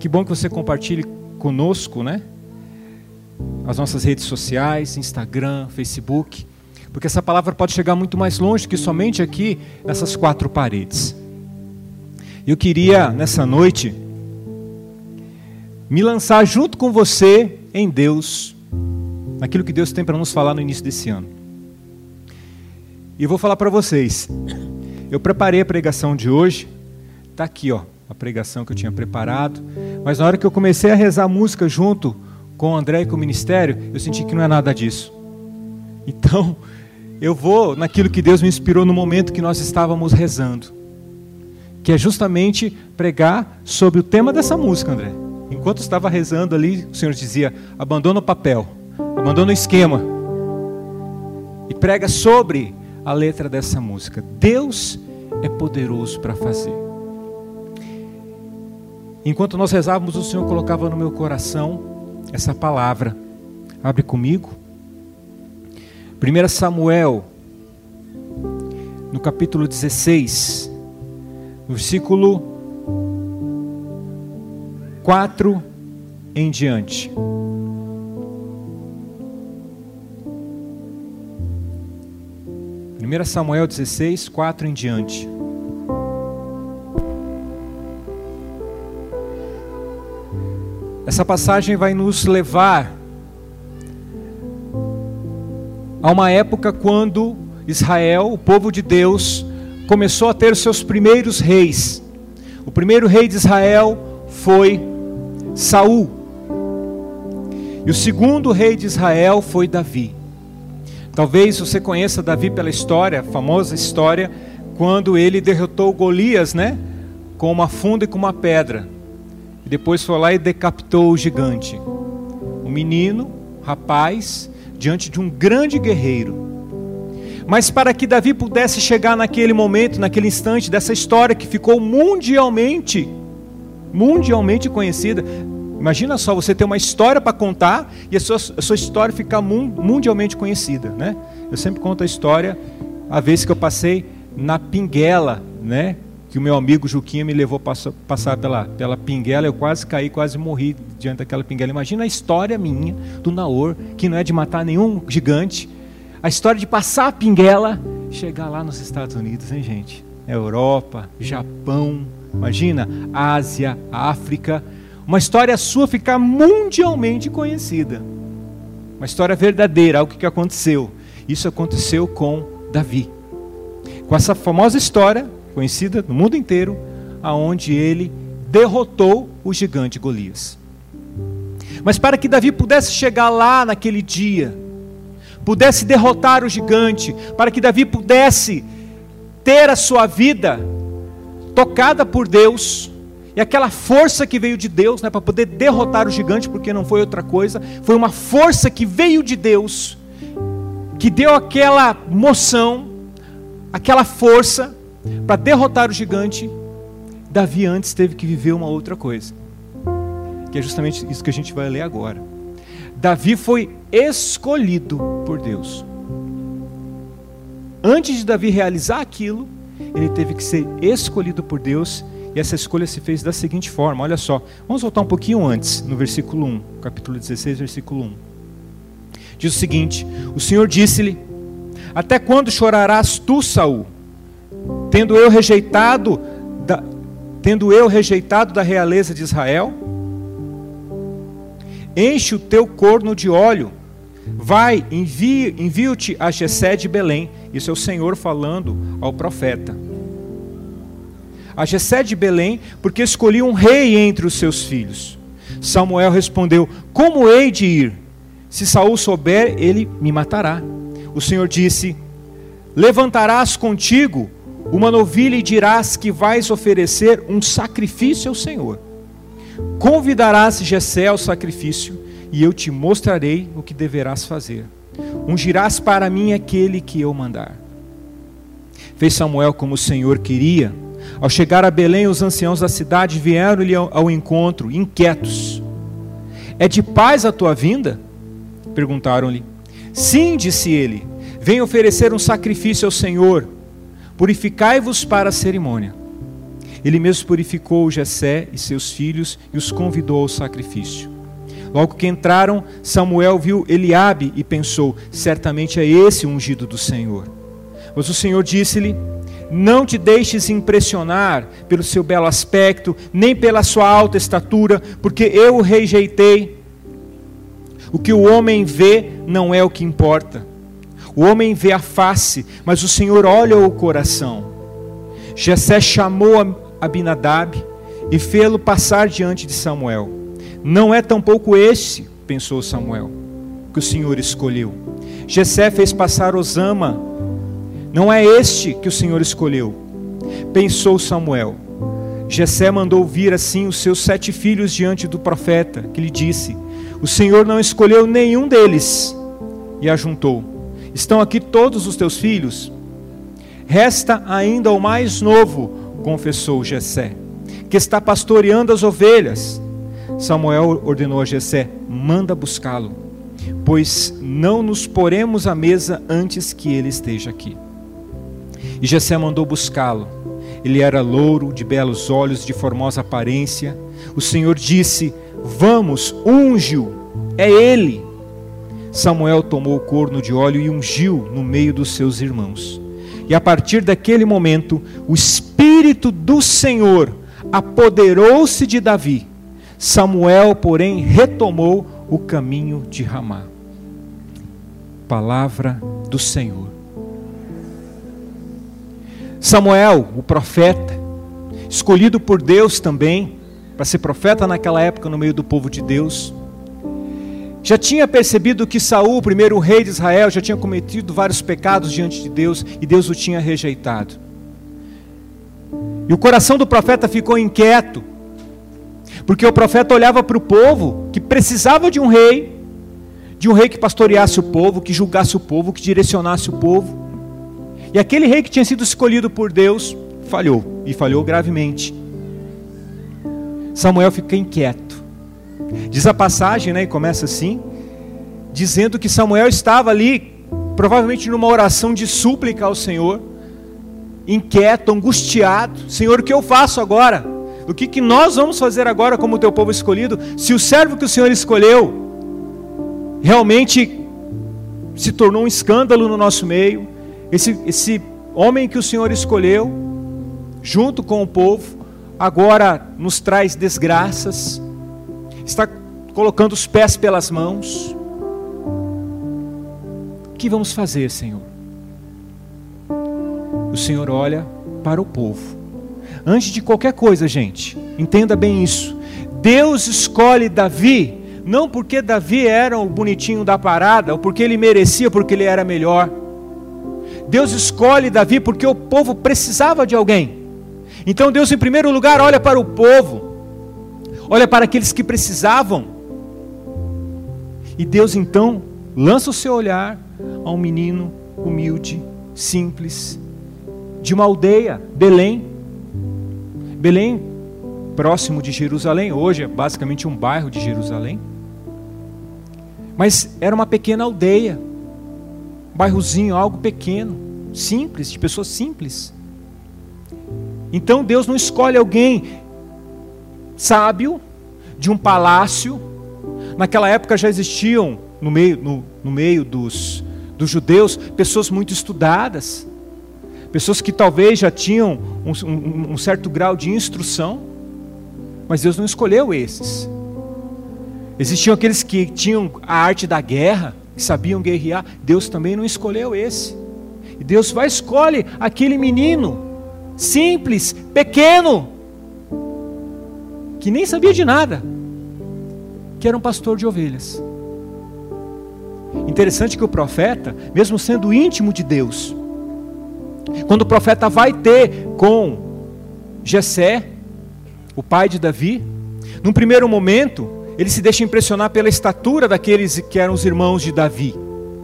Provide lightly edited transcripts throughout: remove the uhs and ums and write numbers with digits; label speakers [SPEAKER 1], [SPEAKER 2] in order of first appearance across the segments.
[SPEAKER 1] Que bom que você compartilhe conosco, né? As nossas redes sociais, Instagram, Facebook, porque essa palavra pode chegar muito mais longe que somente aqui nessas 4 paredes. Eu queria, nessa noite, me lançar junto com você em Deus, naquilo que Deus tem para nos falar no início desse ano. E eu vou falar para vocês, eu preparei a pregação de hoje, está aqui, ó, a pregação que eu tinha preparado, mas na hora que eu comecei a rezar a música junto com o André e com o ministério, eu senti que não é nada disso. Então, eu vou naquilo que Deus me inspirou no momento que nós estávamos rezando, que é justamente pregar sobre o tema dessa música, André. Enquanto eu estava rezando ali, o Senhor dizia, abandona o papel, abandona o esquema, e prega sobre a letra dessa música. Deus é poderoso para fazer. Enquanto nós rezávamos, o Senhor colocava no meu coração essa palavra. Abre comigo. 1 Samuel, no capítulo 16, no versículo 4 em diante. Samuel 16, 4 em diante. Essa passagem vai nos levar a uma época quando Israel, o povo de Deus, começou a ter os seus primeiros reis. O primeiro rei de Israel foi Saul. E o segundo rei de Israel foi Davi. Talvez você conheça Davi pela história, a famosa história, quando ele derrotou Golias, né? Com uma funda e com uma pedra. E depois foi lá e decapitou o gigante. Um menino, rapaz, diante de um grande guerreiro. Mas para que Davi pudesse chegar naquele momento, naquele instante, dessa história que ficou mundialmente conhecida. Imagina só, você ter uma história para contar e a sua história ficar mundialmente conhecida, né? Eu sempre conto a história, a vez que eu passei na Pinguela, né? Que o meu amigo Juquinha me levou passar pela Pinguela, eu quase caí, quase morri diante daquela Pinguela. Imagina a história minha, do Naor, que não é de matar nenhum gigante, a história de passar a Pinguela, chegar lá nos Estados Unidos, hein, gente? Europa, Japão, imagina, Ásia, África. Uma história sua ficar mundialmente conhecida. Uma história verdadeira, algo que aconteceu. Isso aconteceu com Davi. Com essa famosa história, conhecida no mundo inteiro, aonde ele derrotou o gigante Golias. Mas para que Davi pudesse chegar lá naquele dia, pudesse derrotar o gigante, para que Davi pudesse ter a sua vida tocada por Deus, e aquela força que veio de Deus, né, para poder derrotar o gigante, porque não foi outra coisa, foi uma força que veio de Deus, que deu aquela moção, aquela força, para derrotar o gigante. Davi antes teve que viver uma outra coisa, que é justamente isso que a gente vai ler agora. Davi foi escolhido por Deus. Antes de Davi realizar aquilo, ele teve que ser escolhido por Deus. E essa escolha se fez da seguinte forma, olha só. Vamos voltar um pouquinho antes, no versículo 1, capítulo 16, versículo 1. Diz o seguinte: o Senhor disse-lhe, até quando chorarás tu, Saul, tendo eu rejeitado da realeza de Israel? Enche o teu corno de óleo, vai, envio-te a Jessé de Belém. Isso é o Senhor falando ao profeta. A Jessé de Belém, porque escolhi um rei entre os seus filhos. Samuel respondeu, como hei de ir? Se Saul souber, ele me matará. O Senhor disse, levantarás contigo uma novilha e dirás que vais oferecer um sacrifício ao Senhor. Convidarás Jessé ao sacrifício, e eu te mostrarei o que deverás fazer. Ungirás para mim aquele que eu mandar. Fez Samuel como o Senhor queria. Ao chegar a Belém, os anciãos da cidade vieram-lhe ao encontro, inquietos. É de paz a tua vinda? Perguntaram-lhe. Sim, disse ele, venho oferecer um sacrifício ao Senhor. Purificai-vos para a cerimônia. Ele mesmo purificou Jessé e seus filhos e os convidou ao sacrifício. Logo que entraram, Samuel viu Eliabe e pensou: certamente é esse o ungido do Senhor. Mas o Senhor disse-lhe: não te deixes impressionar pelo seu belo aspecto, nem pela sua alta estatura, porque eu o rejeitei. O que o homem vê não é o que importa. O homem vê a face, mas o Senhor olha o coração. Jessé chamou Abinadab e fê-lo passar diante de Samuel. Não é tampouco este, pensou Samuel, que o Senhor escolheu. Jessé fez passar Osama. Não é este que o Senhor escolheu, pensou Samuel. Jessé mandou vir assim os seus 7 filhos diante do profeta, que lhe disse: o Senhor não escolheu nenhum deles. E ajuntou: estão aqui todos os teus filhos? Resta ainda o mais novo, confessou Jessé, que está pastoreando as ovelhas. Samuel ordenou a Jessé: manda buscá-lo, pois não nos poremos à mesa antes que ele esteja aqui. E Jessé mandou buscá-lo. Ele era louro, de belos olhos, de formosa aparência. O Senhor disse: vamos, unge-o, é ele. Samuel tomou o corno de óleo e ungiu no meio dos seus irmãos. E a partir daquele momento, o Espírito do Senhor apoderou-se de Davi. Samuel, porém, retomou o caminho de Ramá. Palavra do Senhor. Samuel, o profeta, escolhido por Deus também, para ser profeta naquela época no meio do povo de Deus, já tinha percebido que Saul, o primeiro rei de Israel, já tinha cometido vários pecados diante de Deus e Deus o tinha rejeitado. E o coração do profeta ficou inquieto, porque o profeta olhava para o povo que precisava de um rei que pastoreasse o povo, que julgasse o povo, que direcionasse o povo. E aquele rei que tinha sido escolhido por Deus falhou, e falhou gravemente. Samuel fica inquieto. Diz a passagem, né, e começa assim, dizendo que Samuel estava ali, provavelmente numa oração de súplica ao Senhor, inquieto, angustiado. Senhor, o que eu faço agora? O que nós vamos fazer agora como teu povo escolhido? Se o servo que o Senhor escolheu realmente se tornou um escândalo no nosso meio, esse homem que o Senhor escolheu, junto com o povo, agora nos traz desgraças, está colocando os pés pelas mãos. O que vamos fazer, Senhor? O Senhor olha para o povo. Antes de qualquer coisa, gente, entenda bem isso. Deus escolhe Davi, não porque Davi era o bonitinho da parada, ou porque ele merecia, porque ele era melhor. Deus escolhe Davi porque o povo precisava de alguém. Então Deus, em primeiro lugar, olha para o povo, olha para aqueles que precisavam. E Deus então lança o seu olhar a um menino humilde, simples, de uma aldeia, Belém. Belém, próximo de Jerusalém, hoje é basicamente um bairro de Jerusalém. Mas era uma pequena aldeia, um bairrozinho, algo pequeno, simples, de pessoas simples. Então Deus não escolhe alguém sábio, de um palácio. Naquela época já existiam, no meio dos judeus, pessoas muito estudadas, pessoas que talvez já tinham um certo grau de instrução, mas Deus não escolheu esses. Existiam aqueles que tinham a arte da guerra, que sabiam guerrear. Deus também não escolheu esse. E Deus vai escolhe aquele menino simples, pequeno, que nem sabia de nada, que era um pastor de ovelhas. Interessante que o profeta, mesmo sendo íntimo de Deus, quando o profeta vai ter com Jessé, o pai de Davi, num primeiro momento, ele se deixa impressionar pela estatura daqueles que eram os irmãos de Davi.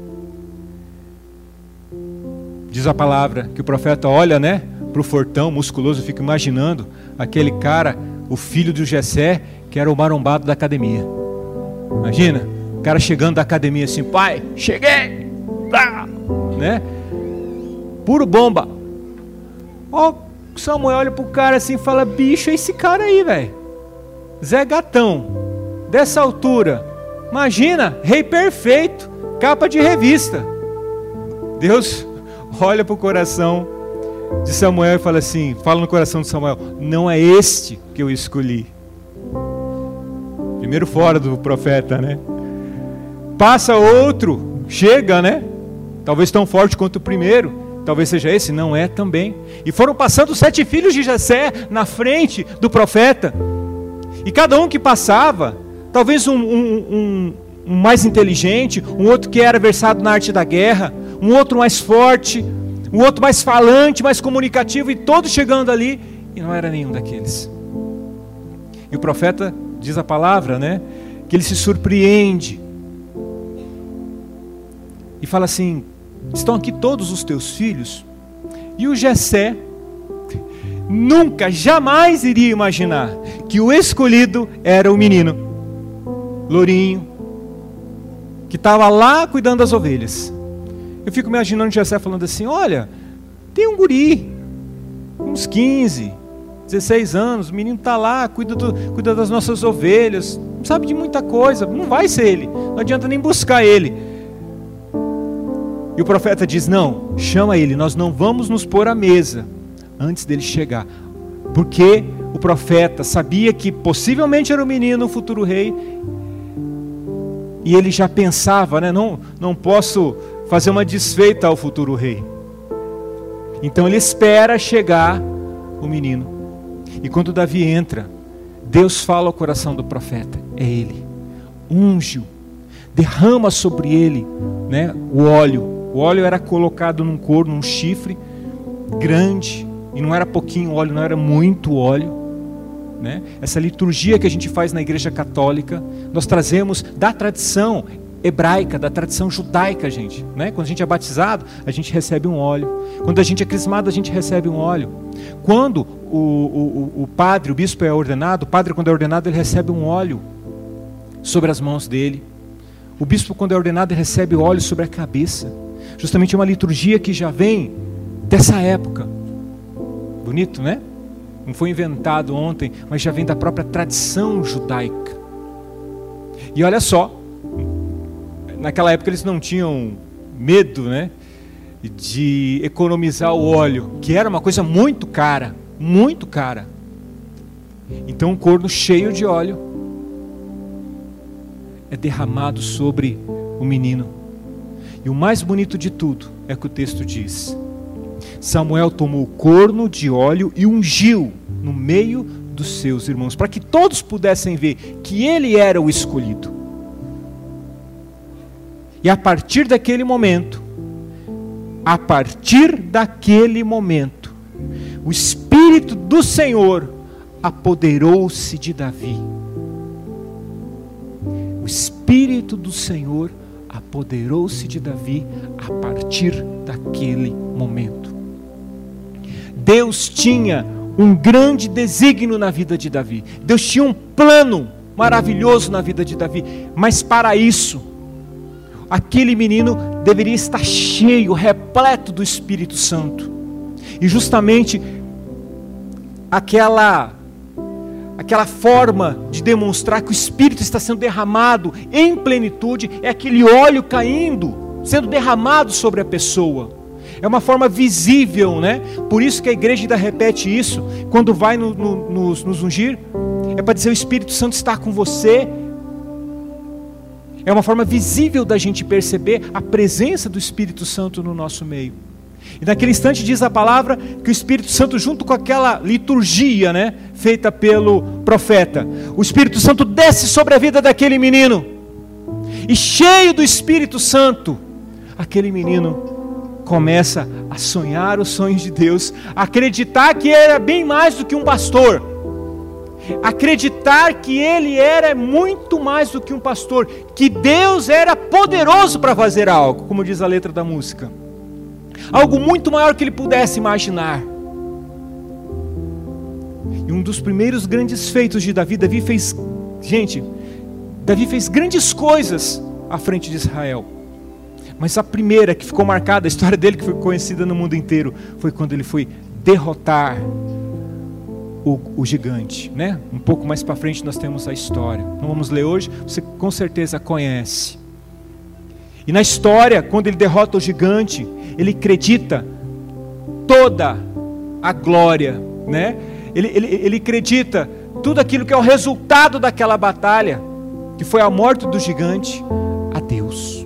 [SPEAKER 1] Diz a palavra que o profeta olha, né, para o fortão musculoso, fica imaginando aquele cara, o filho de Jessé, que era o marombado da academia. Imagina, o cara chegando da academia assim: pai, cheguei, né? Puro bomba. Ó, Samuel olha pro cara assim e fala: bicho, é esse cara aí, velho. Zé Gatão, dessa altura. Imagina, rei perfeito, capa de revista. Deus olha pro coração de Samuel e fala assim, fala no coração de Samuel: não é este que eu escolhi. Primeiro fora do profeta, né? Passa outro, chega, né? Talvez tão forte quanto o primeiro, talvez seja esse, não é também. E foram passando 7 filhos de Jessé na frente do profeta. E cada um que passava, talvez um mais inteligente, um outro que era versado na arte da guerra, um outro mais forte, um outro mais falante, mais comunicativo, e todos chegando ali, e não era nenhum daqueles. E o profeta diz a palavra, né, que ele se surpreende e fala assim: estão aqui todos os teus filhos? E o Jessé nunca, jamais iria imaginar que o escolhido era o menino lourinho que estava lá cuidando das ovelhas. Eu fico imaginando Jessé falando assim: olha, tem um guri, uns 15, 16 anos, o menino está lá, cuida das nossas ovelhas, não sabe de muita coisa, não vai ser ele, não adianta nem buscar ele. E o profeta diz: não, chama ele, nós não vamos nos pôr à mesa antes dele chegar. Porque o profeta sabia que possivelmente era o menino, o futuro rei, e ele já pensava, né, não posso fazer uma desfeita ao futuro rei. Então ele espera chegar o menino. E quando Davi entra, Deus fala ao coração do profeta: é ele, unge-o, derrama sobre ele, né, o óleo. O óleo era colocado num corno, num chifre grande, e não era pouquinho óleo, não era muito óleo, né? Essa liturgia que a gente faz na igreja católica, nós trazemos da tradição hebraica, da tradição judaica, gente, né? Quando a gente é batizado, a gente recebe um óleo. Quando a gente é crismado, a gente recebe um óleo. Quando o padre, o bispo é ordenado, o padre, quando é ordenado, ele recebe um óleo sobre as mãos dele. O bispo, quando é ordenado, ele recebe óleo sobre a cabeça. Justamente uma liturgia que já vem dessa época. Bonito, né? Não foi inventado ontem, mas já vem da própria tradição judaica. E olha só, naquela época eles não tinham medo, né, de economizar o óleo, que era uma coisa muito cara, muito cara. Então um corno cheio de óleo é derramado sobre o menino. E o mais bonito de tudo é que o texto diz: Samuel tomou o corno de óleo e ungiu no meio dos seus irmãos, para que todos pudessem ver que ele era o escolhido. E a partir daquele momento, o Espírito do Senhor apoderou-se de Davi. O Espírito do Senhor apoderou-se de Davi a partir daquele momento. Deus tinha um grande desígnio na vida de Davi. Deus tinha um plano maravilhoso na vida de Davi. Mas para isso, aquele menino deveria estar cheio, repleto do Espírito Santo. E justamente aquela forma de demonstrar que o Espírito está sendo derramado em plenitude é aquele óleo caindo, sendo derramado sobre a pessoa. É uma forma visível, né? Por isso que a igreja ainda repete isso, quando vai nos ungir, é para dizer: o Espírito Santo está com você. É uma forma visível da gente perceber a presença do Espírito Santo no nosso meio. E naquele instante diz a palavra que o Espírito Santo, junto com aquela liturgia, né, feita pelo profeta, o Espírito Santo desce sobre a vida daquele menino. E cheio do Espírito Santo, aquele menino começa a sonhar os sonhos de Deus, a acreditar que era bem mais do que um pastor, acreditar que ele era muito mais do que um pastor, que Deus era poderoso para fazer algo, como diz a letra da música, algo muito maior que ele pudesse imaginar. E um dos primeiros grandes feitos de Davi, Davi fez grandes coisas à frente de Israel. Mas a primeira que ficou marcada, a história dele que foi conhecida no mundo inteiro, foi quando ele foi derrotar o gigante, né? Um pouco mais para frente nós temos a história. Não vamos ler hoje, você com certeza conhece. E na história, quando ele derrota o gigante, ele acredita toda a glória, né? Ele acredita tudo aquilo que é o resultado daquela batalha, que foi a morte do gigante, a Deus.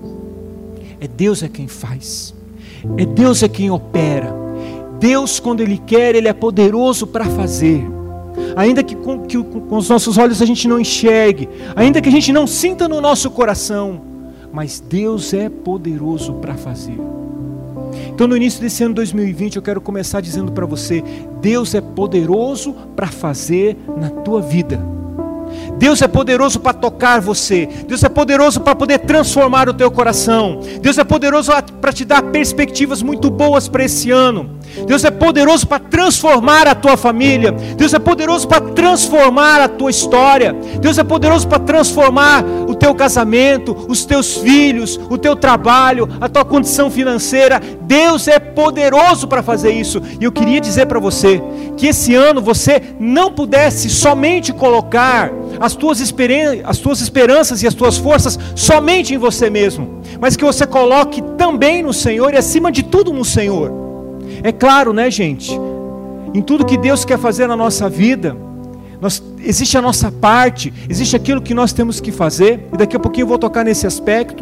[SPEAKER 1] É Deus quem faz, é Deus quem opera. Deus, quando Ele quer, Ele é poderoso para fazer. Ainda que com os nossos olhos a gente não enxergue, ainda que a gente não sinta no nosso coração, mas Deus é poderoso para fazer. Então no início desse ano 2020 eu quero começar dizendo para você: Deus é poderoso para fazer na tua vida. Deus é poderoso para tocar você. Deus é poderoso para poder transformar o teu coração. Deus é poderoso para te dar perspectivas muito boas para esse ano. Deus é poderoso para transformar a tua família. Deus é poderoso para transformar a tua história. Deus é poderoso para transformar o teu casamento, os teus filhos, o teu trabalho, a tua condição financeira. Deus é poderoso para fazer isso. E eu queria dizer para você que esse ano você não pudesse somente colocar as tuas esperanças e as tuas forças somente em você mesmo, mas que você coloque também no Senhor e acima de tudo no Senhor. É claro, né, gente? Em tudo que Deus quer fazer na nossa vida, existe a nossa parte, existe aquilo que nós temos que fazer, e daqui a pouquinho eu vou tocar nesse aspecto.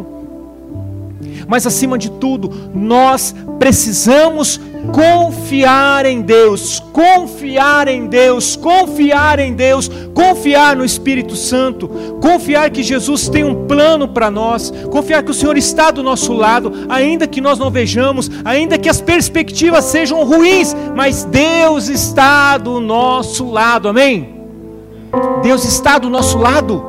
[SPEAKER 1] Mas acima de tudo, nós precisamos confiar em Deus, confiar em Deus, confiar em Deus, confiar no Espírito Santo, confiar que Jesus tem um plano para nós, confiar que o Senhor está do nosso lado, ainda que nós não vejamos, ainda que as perspectivas sejam ruins, mas Deus está do nosso lado, amém? Deus está do nosso lado.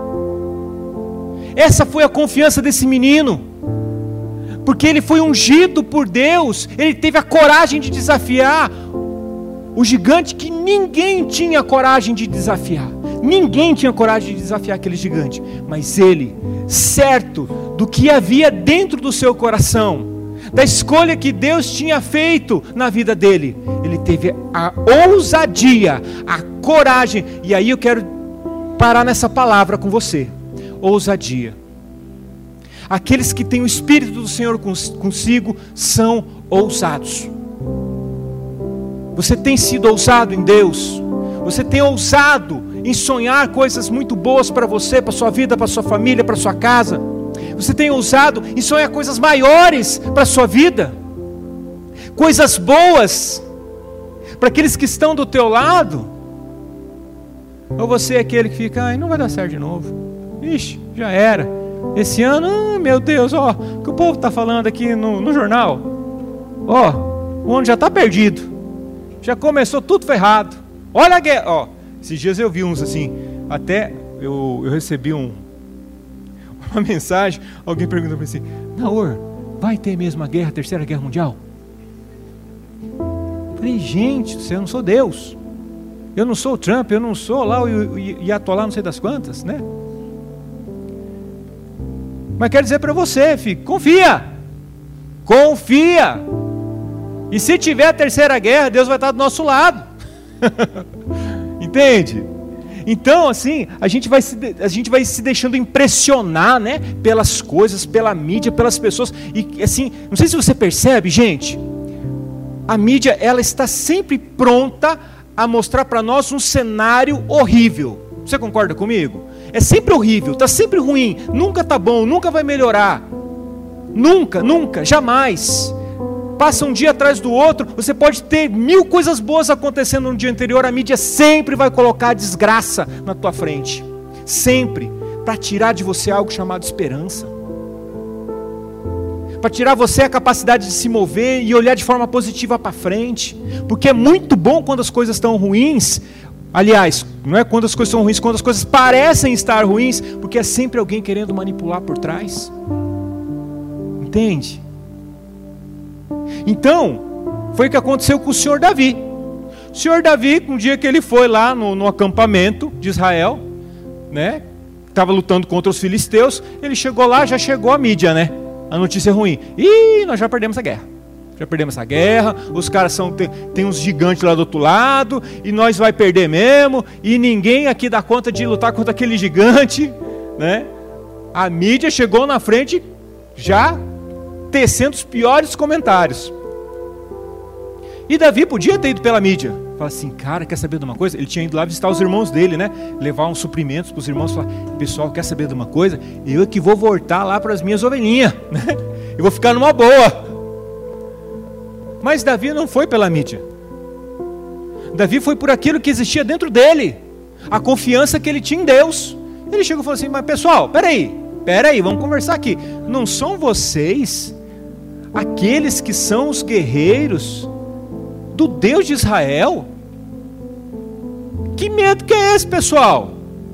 [SPEAKER 1] Essa foi a confiança desse menino. Porque ele foi ungido por Deus, ele teve a coragem de desafiar o gigante que ninguém tinha coragem de desafiar. Ninguém tinha coragem de desafiar aquele gigante. Mas ele, certo do que havia dentro do seu coração, da escolha que Deus tinha feito na vida dele, ele teve a ousadia, a coragem. E aí eu quero parar nessa palavra com você: ousadia. Aqueles que têm o Espírito do Senhor consigo são ousados. Você tem sido ousado em Deus? Você tem ousado em sonhar coisas muito boas para você, para sua vida, para sua família, para sua casa? Você tem ousado em sonhar coisas maiores para a sua vida? Coisas boas para aqueles que estão do teu lado? Ou você é aquele que fica: não vai dar certo de novo, ixi, já era. Esse ano, meu Deus, ó, o que o povo está falando aqui no jornal, ó, o ano já está perdido, já começou tudo ferrado, olha a guerra, ó. Esses dias eu vi uns assim, até eu recebi uma mensagem, alguém perguntou para mim assim: Naor, vai ter mesmo a terceira guerra mundial? Eu falei: gente, eu não sou Deus, eu não sou o Trump, eu não sou lá o Iatolá não sei das quantas, né? Mas quero dizer para você, filho, confia, e se tiver a terceira guerra, Deus vai estar do nosso lado, entende? Então assim, a gente vai se deixando impressionar, né, pelas coisas, pela mídia, pelas pessoas, e assim, não sei se você percebe, gente, a mídia, ela está sempre pronta a mostrar para nós um cenário horrível. Você concorda comigo? É sempre horrível, está sempre ruim, nunca está bom, nunca vai melhorar. Nunca, nunca, jamais. Passa um dia atrás do outro, você pode ter 1000 coisas boas acontecendo no dia anterior, a mídia sempre vai colocar a desgraça na tua frente. Sempre, para tirar de você algo chamado esperança. Para tirar você a capacidade de se mover e olhar de forma positiva para frente. Porque é muito bom quando as coisas estão ruins. Aliás, não é quando as coisas são ruins, quando as coisas parecem estar ruins, porque é sempre alguém querendo manipular por trás. Entende? Então, foi o que aconteceu com o senhor Davi. O senhor Davi, um dia que ele foi lá no acampamento de Israel, né, estava lutando contra os filisteus, ele chegou lá, já chegou a mídia, né, a notícia ruim: nós já perdemos a guerra. Já perdemos essa guerra, os caras tem uns gigantes lá do outro lado, e nós vai perder mesmo, e ninguém aqui dá conta de lutar contra aquele gigante, né? A mídia chegou na frente já tecendo os piores comentários. E Davi podia ter ido pela mídia. Fala assim, cara, quer saber de uma coisa? Ele tinha ido lá visitar os irmãos dele, né? Levar uns suprimentos para os irmãos, falar, pessoal, quer saber de uma coisa? Eu é que vou voltar lá para as minhas ovelhinhas, né? Eu vou ficar numa boa. Mas Davi não foi pela mídia. Davi foi por aquilo que existia dentro dele, a confiança que ele tinha em Deus. Ele chegou e falou assim, mas pessoal, peraí, vamos conversar aqui. Não são vocês aqueles que são os guerreiros do Deus de Israel? Que medo que é esse, pessoal?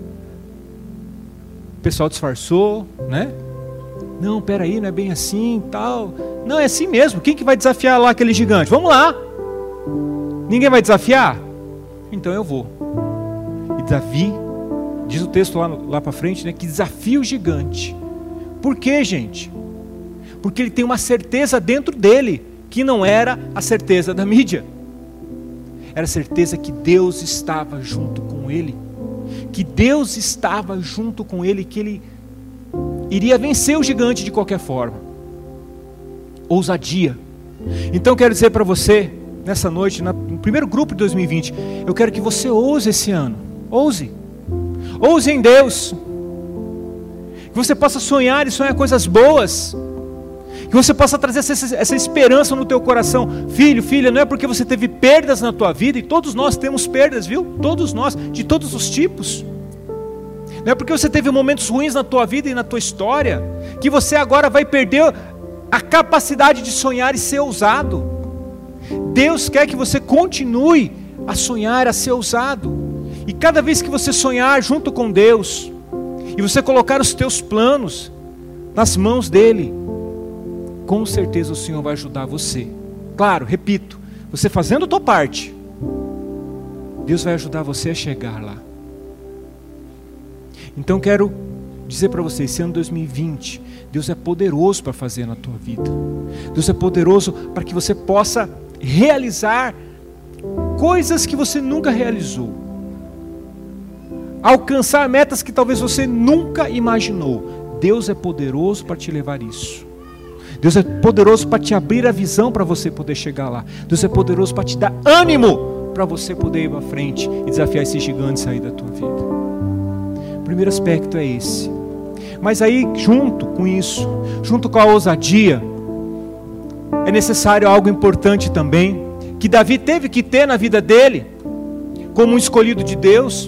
[SPEAKER 1] O pessoal disfarçou, né? Não, peraí, não é bem assim, tal. Não, é assim mesmo. Quem que vai desafiar lá aquele gigante? Vamos lá. Ninguém vai desafiar? Então eu vou. E Davi, diz o texto lá para frente, né, que desafia o gigante. Por quê, gente? Porque ele tem uma certeza dentro dele, que não era a certeza da mídia. Era a certeza que Deus estava junto com ele. Que Deus estava junto com ele, que ele iria vencer o gigante de qualquer forma. Ousadia. Então quero dizer para você, nessa noite, no primeiro grupo de 2020, eu quero que você ouse esse ano. Ouse em Deus. Que você possa sonhar e sonhar coisas boas. Que você possa trazer essa esperança no teu coração. Filho, filha, não é porque você teve perdas na tua vida, e todos nós temos perdas, viu? Todos nós, de todos os tipos. Não é porque você teve momentos ruins na tua vida e na tua história, que você agora vai perder a capacidade de sonhar e ser ousado. Deus quer que você continue a sonhar, a ser ousado. E cada vez que você sonhar junto com Deus, e você colocar os teus planos nas mãos dEle, com certeza o Senhor vai ajudar você. Claro, repito, você fazendo a tua parte, Deus vai ajudar você a chegar lá. Então quero dizer para você, esse ano 2020, Deus é poderoso para fazer na tua vida. Deus é poderoso para que você possa realizar coisas que você nunca realizou. Alcançar metas que talvez você nunca imaginou. Deus é poderoso para te levar isso. Deus é poderoso para te abrir a visão para você poder chegar lá. Deus é poderoso para te dar ânimo para você poder ir para frente e desafiar esse gigante e sair da tua vida. O primeiro aspecto é esse. Mas aí, junto com isso, junto com a ousadia, é necessário algo importante também, que Davi teve que ter na vida dele, como um escolhido de Deus.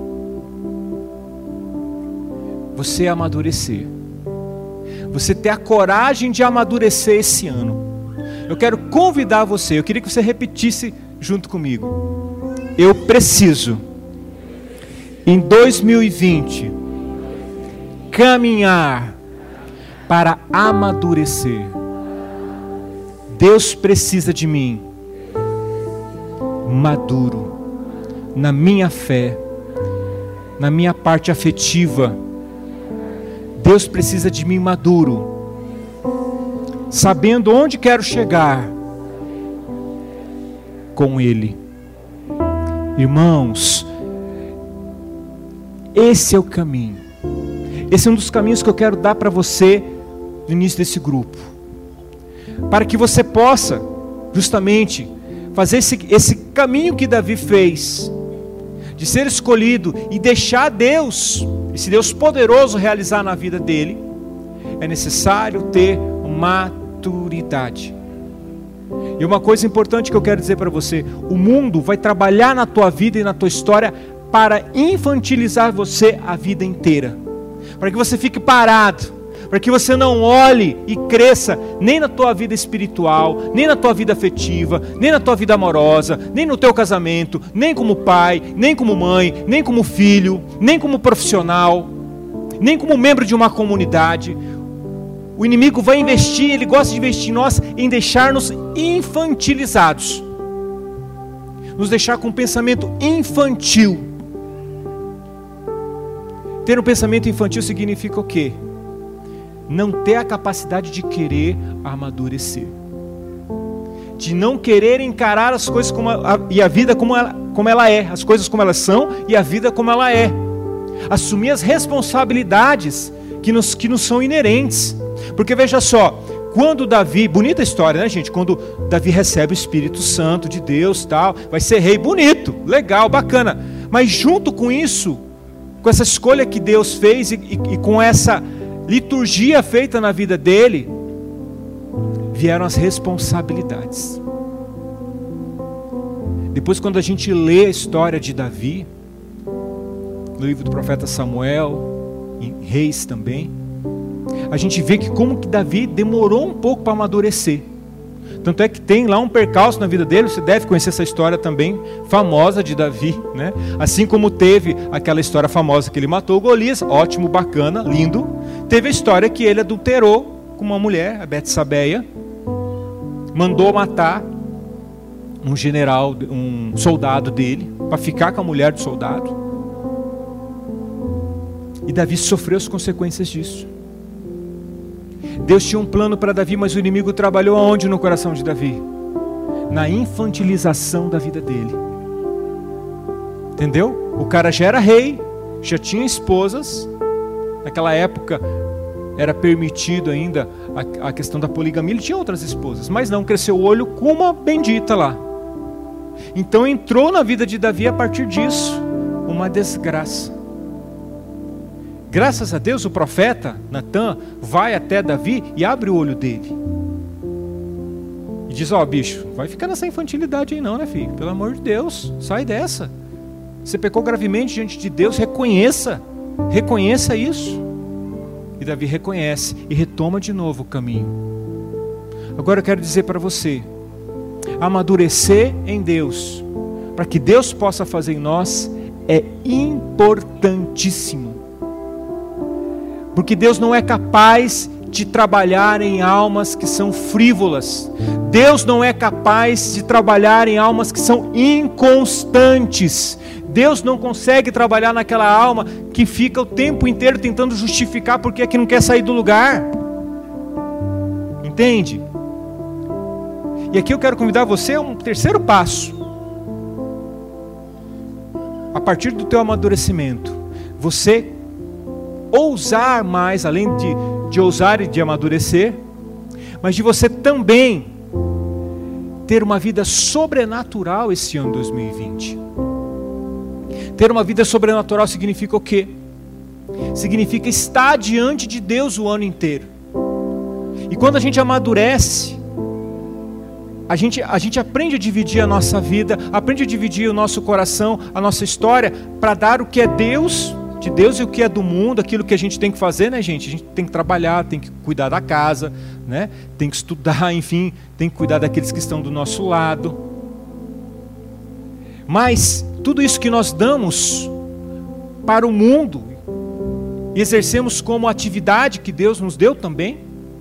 [SPEAKER 1] Você amadurecer. Você ter a coragem de amadurecer esse ano. Eu quero convidar você, eu queria que você repetisse junto comigo. Eu preciso, em 2020, caminhar para amadurecer. Deus precisa de mim, maduro, na minha fé, na minha parte afetiva. Deus precisa de mim maduro, sabendo onde quero chegar com Ele. Irmãos, esse é o caminho. Esse é um dos caminhos que eu quero dar para você no início desse grupo, para que você possa justamente fazer esse caminho que Davi fez, de ser escolhido e deixar Deus, esse Deus poderoso, realizar na vida dele. É necessário ter maturidade. E uma coisa importante que eu quero dizer para você: o mundo vai trabalhar na tua vida e na tua história para infantilizar você a vida inteira, para que você fique parado, para que você não olhe e cresça nem na tua vida espiritual, nem na tua vida afetiva, nem na tua vida amorosa, nem no teu casamento, nem como pai, nem como mãe, nem como filho, nem como profissional, nem como membro de uma comunidade. O inimigo vai investir, ele gosta de investir em nós, em deixar-nos infantilizados, nos deixar com um pensamento infantil. Ter um pensamento infantil significa o quê? Não ter a capacidade de querer amadurecer. de não querer encarar as coisas e a vida como ela é, as coisas como elas são e a vida como ela é. Assumir as responsabilidades que nos são inerentes. Porque veja só, quando Davi, bonita história, né, gente? Quando Davi recebe o Espírito Santo de Deus, tal, vai ser rei, bonito, legal, bacana. Mas junto com isso, com essa escolha que Deus fez e com essa liturgia feita na vida dele, vieram as responsabilidades. Depois, quando a gente lê a história de Davi, no livro do profeta Samuel, em Reis também, a gente vê que como que Davi demorou um pouco para amadurecer. Tanto é que tem lá um percalço na vida dele, você deve conhecer essa história também, famosa de Davi, né? Assim como teve aquela história famosa que ele matou Golias, ótimo, bacana, lindo. Teve a história que ele adulterou com uma mulher, a Betsabeia, mandou matar um general, um soldado dele, para ficar com a mulher do soldado. E Davi sofreu as consequências disso. Deus tinha um plano para Davi, mas o inimigo trabalhou aonde no coração de Davi? Na infantilização da vida dele. Entendeu? O cara já era rei, já tinha esposas. Naquela época era permitido ainda a questão da poligamia. Ele tinha outras esposas, mas não, cresceu o olho com uma bendita lá. Então entrou na vida de Davi a partir disso uma desgraça. Graças a Deus o profeta Natan vai até Davi e abre o olho dele. E diz, bicho, vai ficar nessa infantilidade aí não, né, filho? Pelo amor de Deus, sai dessa. Você pecou gravemente diante de Deus, reconheça isso. E Davi reconhece e retoma de novo o caminho. Agora eu quero dizer para você, amadurecer em Deus, para que Deus possa fazer em nós, é importantíssimo. Porque Deus não é capaz de trabalhar em almas que são frívolas. Deus não é capaz de trabalhar em almas que são inconstantes. Deus não consegue trabalhar naquela alma que fica o tempo inteiro tentando justificar porque é que não quer sair do lugar. Entende? E aqui eu quero convidar você a um terceiro passo. A partir do teu amadurecimento, você ousar mais, além de ousar e de amadurecer, mas de você também ter uma vida sobrenatural esse ano 2020. Ter uma vida sobrenatural significa o quê? Significa estar diante de Deus o ano inteiro. E quando a gente amadurece, a gente aprende a dividir a nossa vida, aprende a dividir o nosso coração, a nossa história, para dar o que é de Deus e o que é do mundo, aquilo que a gente tem que fazer, né, gente? A gente tem que trabalhar, tem que cuidar da casa, né? Tem que estudar, enfim, tem que cuidar daqueles que estão do nosso lado. Mas tudo isso que nós damos para o mundo e exercemos como atividade que Deus nos deu também,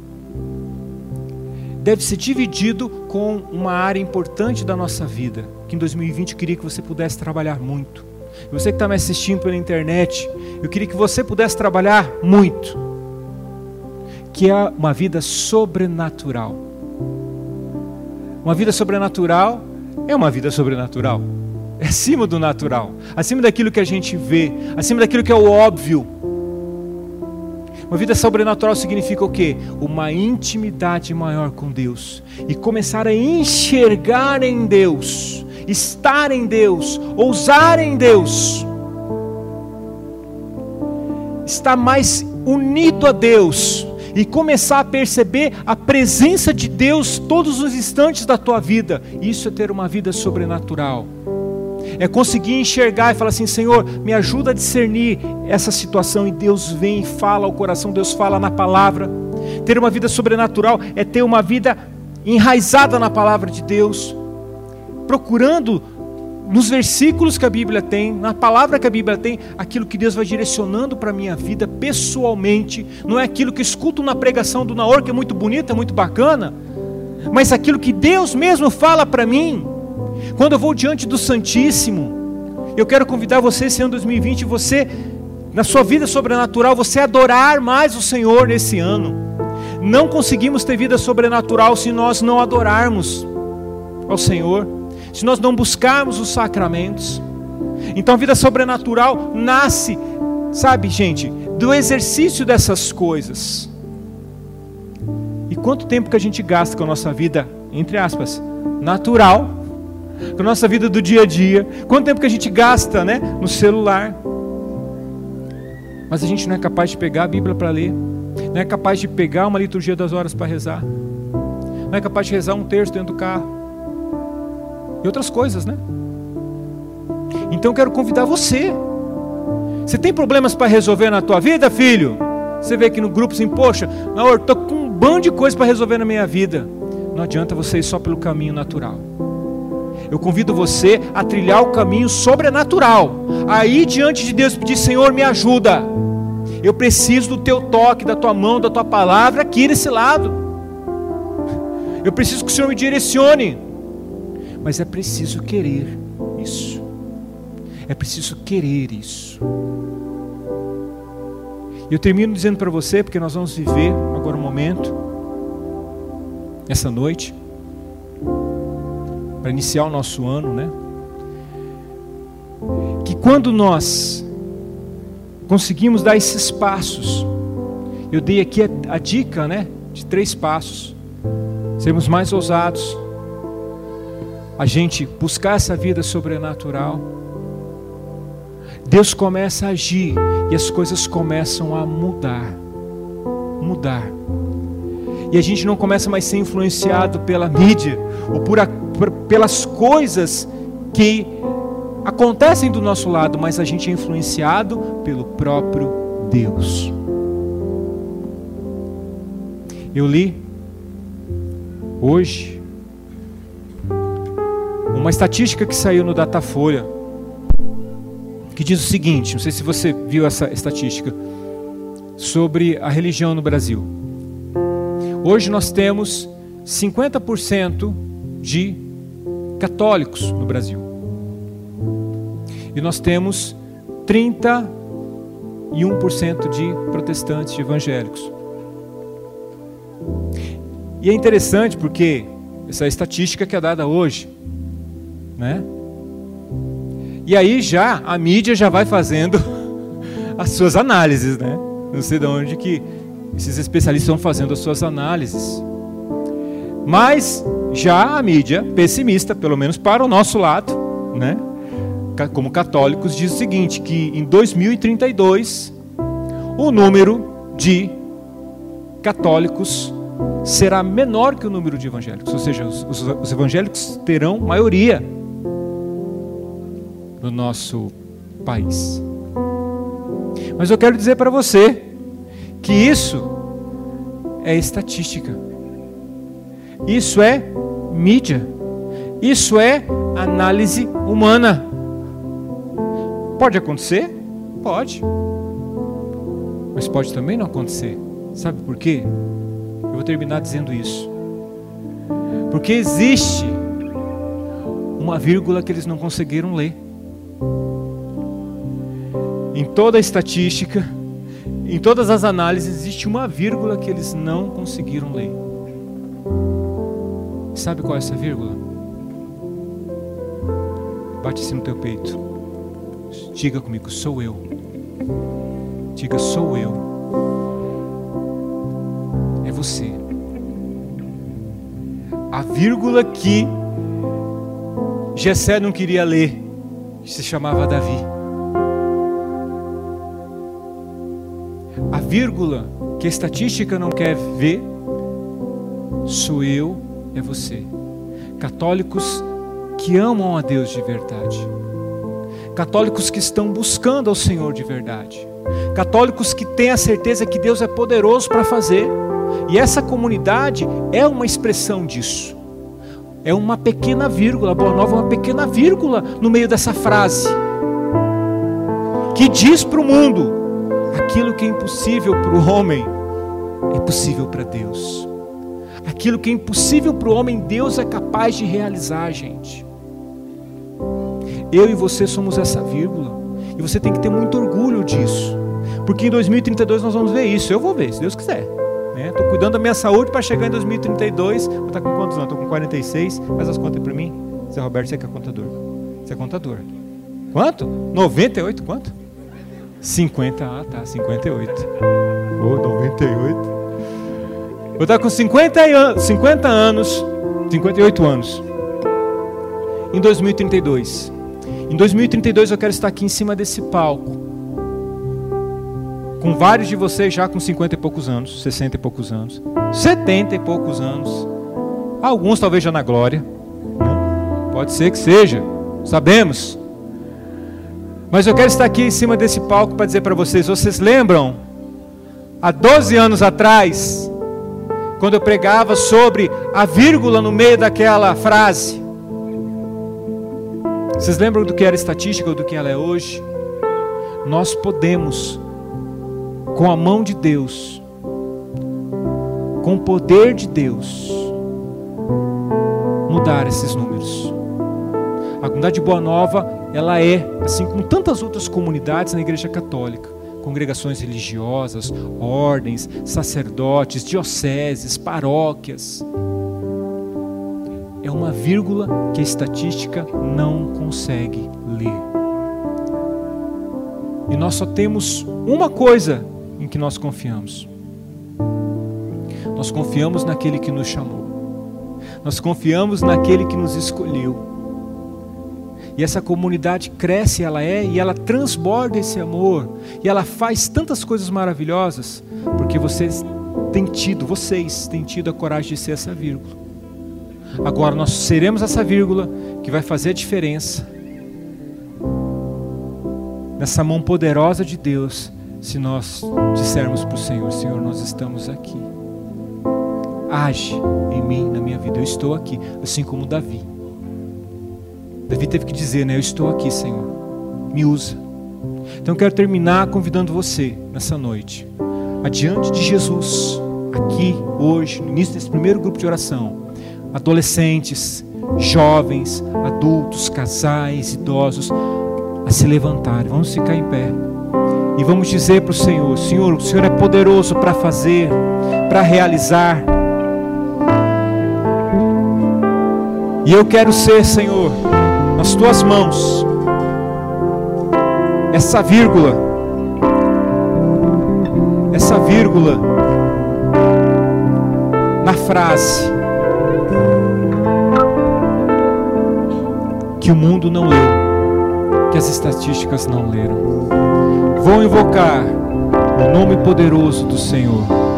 [SPEAKER 1] deve ser dividido com uma área importante da nossa vida, que em 2020 eu queria que você pudesse trabalhar muito. E você que está me assistindo pela internet, eu queria que você pudesse trabalhar muito, que é uma vida sobrenatural. Uma vida sobrenatural é uma vida sobrenatural, é acima do natural, acima daquilo que a gente vê, acima daquilo que é o óbvio. Uma vida sobrenatural significa o quê? Uma intimidade maior com Deus, e começar a enxergar em Deus, estar em Deus, ousar em Deus, estar mais unido a Deus e começar a perceber a presença de Deus todos os instantes da tua vida. Isso é ter uma vida sobrenatural. É conseguir enxergar e falar assim, Senhor, me ajuda a discernir essa situação, e Deus vem e fala ao coração, Deus fala na palavra. Ter uma vida sobrenatural é ter uma vida enraizada na palavra de Deus, procurando nos versículos que a Bíblia tem, na palavra que a Bíblia tem, aquilo que Deus vai direcionando para a minha vida pessoalmente. Não é aquilo que escuto na pregação do Naor, que é muito bonita, é muito bacana, mas aquilo que Deus mesmo fala para mim. Quando eu vou diante do Santíssimo, eu quero convidar você esse ano 2020, você, na sua vida sobrenatural, você adorar mais o Senhor nesse ano. Não conseguimos ter vida sobrenatural se nós não adorarmos. ao Senhor, se nós não buscarmos os sacramentos, então a vida sobrenatural nasce, sabe, gente, do exercício dessas coisas. E quanto tempo que a gente gasta com a nossa vida, entre aspas, natural, com a nossa vida do dia a dia, quanto tempo que a gente gasta, né, no celular, mas a gente não é capaz de pegar a Bíblia para ler, não é capaz de pegar uma liturgia das horas para rezar, não é capaz de rezar um terço dentro do carro, e outras coisas, né? Então eu quero convidar você. Você tem problemas para resolver na tua vida, filho? Você vê aqui no grupo assim, poxa, eu estou com um bando de coisas para resolver na minha vida. Não adianta você ir só pelo caminho natural. Eu convido você a trilhar o caminho sobrenatural. Aí diante de Deus pedir, Senhor, me ajuda. Eu preciso do teu toque, da tua mão, da tua palavra aqui nesse lado. Eu preciso que o Senhor me direcione. Mas é preciso querer isso. É preciso querer isso. E eu termino dizendo para você, porque nós vamos viver agora um momento, essa noite, para iniciar o nosso ano, né? Que quando nós conseguimos dar esses passos, eu dei aqui a dica, né, de 3 passos, sermos mais ousados, a gente buscar essa vida sobrenatural, Deus começa a agir e as coisas começam a mudar. E a gente não começa mais a ser influenciado pela mídia ou pelas coisas que acontecem do nosso lado, mas a gente é influenciado pelo próprio Deus. Eu li hoje uma estatística que saiu no Datafolha, que diz o seguinte, não sei se você viu essa estatística, sobre a religião no Brasil. Hoje nós temos 50% de católicos no Brasil. E nós temos 31% de protestantes, de evangélicos. E é interessante porque essa estatística que é dada hoje, né? E aí já a mídia já vai fazendo as suas análises, né? Não sei de onde que esses especialistas estão fazendo as suas análises. Mas já a mídia pessimista, pelo menos para o nosso lado, né? Como católicos, diz o seguinte, que em 2032 o número de católicos será menor que o número de evangélicos, ou seja, os evangélicos terão maioria no nosso país. Mas eu quero dizer para você que isso é estatística, isso é mídia, isso é análise humana. Pode acontecer? Pode. Mas pode também não acontecer. Sabe por quê? Eu vou terminar dizendo isso. Porque existe uma vírgula que eles não conseguiram ler. Em toda a estatística, em todas as análises, existe uma vírgula que eles não conseguiram ler. Sabe qual é essa vírgula? Bate assim no teu peito. Diga comigo, sou eu. Diga, sou eu. É você. A vírgula que Jessé não queria ler, se chamava Davi. A vírgula que a estatística não quer ver, sou eu, é você. Católicos que amam a Deus de verdade. Católicos que estão buscando ao Senhor de verdade. Católicos que têm a certeza que Deus é poderoso para fazer. E essa comunidade é uma expressão disso. É uma pequena vírgula, a Boa Nova é uma pequena vírgula no meio dessa frase. Que diz para o mundo, aquilo que é impossível para o homem, é possível para Deus. Aquilo que é impossível para o homem, Deus é capaz de realizar, gente. Eu e você somos essa vírgula. E você tem que ter muito orgulho disso. Porque em 2032 nós vamos ver isso. Eu vou ver, se Deus quiser. Estou cuidando da minha saúde para chegar em 2032. Vou estar com quantos anos? Estou com 46. Faz as contas aí para mim. Zé Roberto, você que é contador. Você é contador. Quanto? 98? Quanto? 50. Ah, tá. 58. Oh, 98. Vou estar com 50 anos. 58 anos. Em 2032. Em 2032 eu quero estar aqui em cima desse palco. Com vários de vocês já com 50 e poucos anos, 60 e poucos anos, 70 e poucos anos, alguns talvez já na glória, né? Pode ser que seja, sabemos. Mas eu quero estar aqui em cima desse palco para dizer para vocês, vocês lembram? Há 12 anos atrás, quando eu pregava sobre a vírgula no meio daquela frase, vocês lembram do que era estatística ou do que ela é hoje? Nós podemos, com a mão de Deus, com o poder de Deus, mudar esses números. A comunidade Boa Nova, ela é, assim como tantas outras comunidades na Igreja Católica, congregações religiosas, ordens, sacerdotes, dioceses, paróquias, é uma vírgula que a estatística não consegue ler. E nós só temos uma coisa em que nós confiamos. Nós confiamos naquele que nos chamou. Nós confiamos naquele que nos escolheu. E essa comunidade cresce, e ela transborda esse amor. E ela faz tantas coisas maravilhosas, porque vocês têm tido a coragem de ser essa vírgula. Agora nós seremos essa vírgula que vai fazer a diferença nessa mão poderosa de Deus, se nós dissermos para o Senhor: Senhor, nós estamos aqui, age em mim, na minha vida, eu estou aqui. Assim como Davi teve que dizer, né? Eu estou aqui, Senhor, me usa. Então eu quero terminar convidando você nessa noite, adiante de Jesus, aqui, hoje, no início desse primeiro grupo de oração, adolescentes, jovens, adultos, casais, idosos, a se levantarem. Vamos ficar em pé e vamos dizer para o Senhor: Senhor, o Senhor é poderoso para fazer, para realizar. E eu quero ser, Senhor, nas tuas mãos, essa vírgula na frase que o mundo não leu, que as estatísticas não leram. Vou invocar o nome poderoso do Senhor.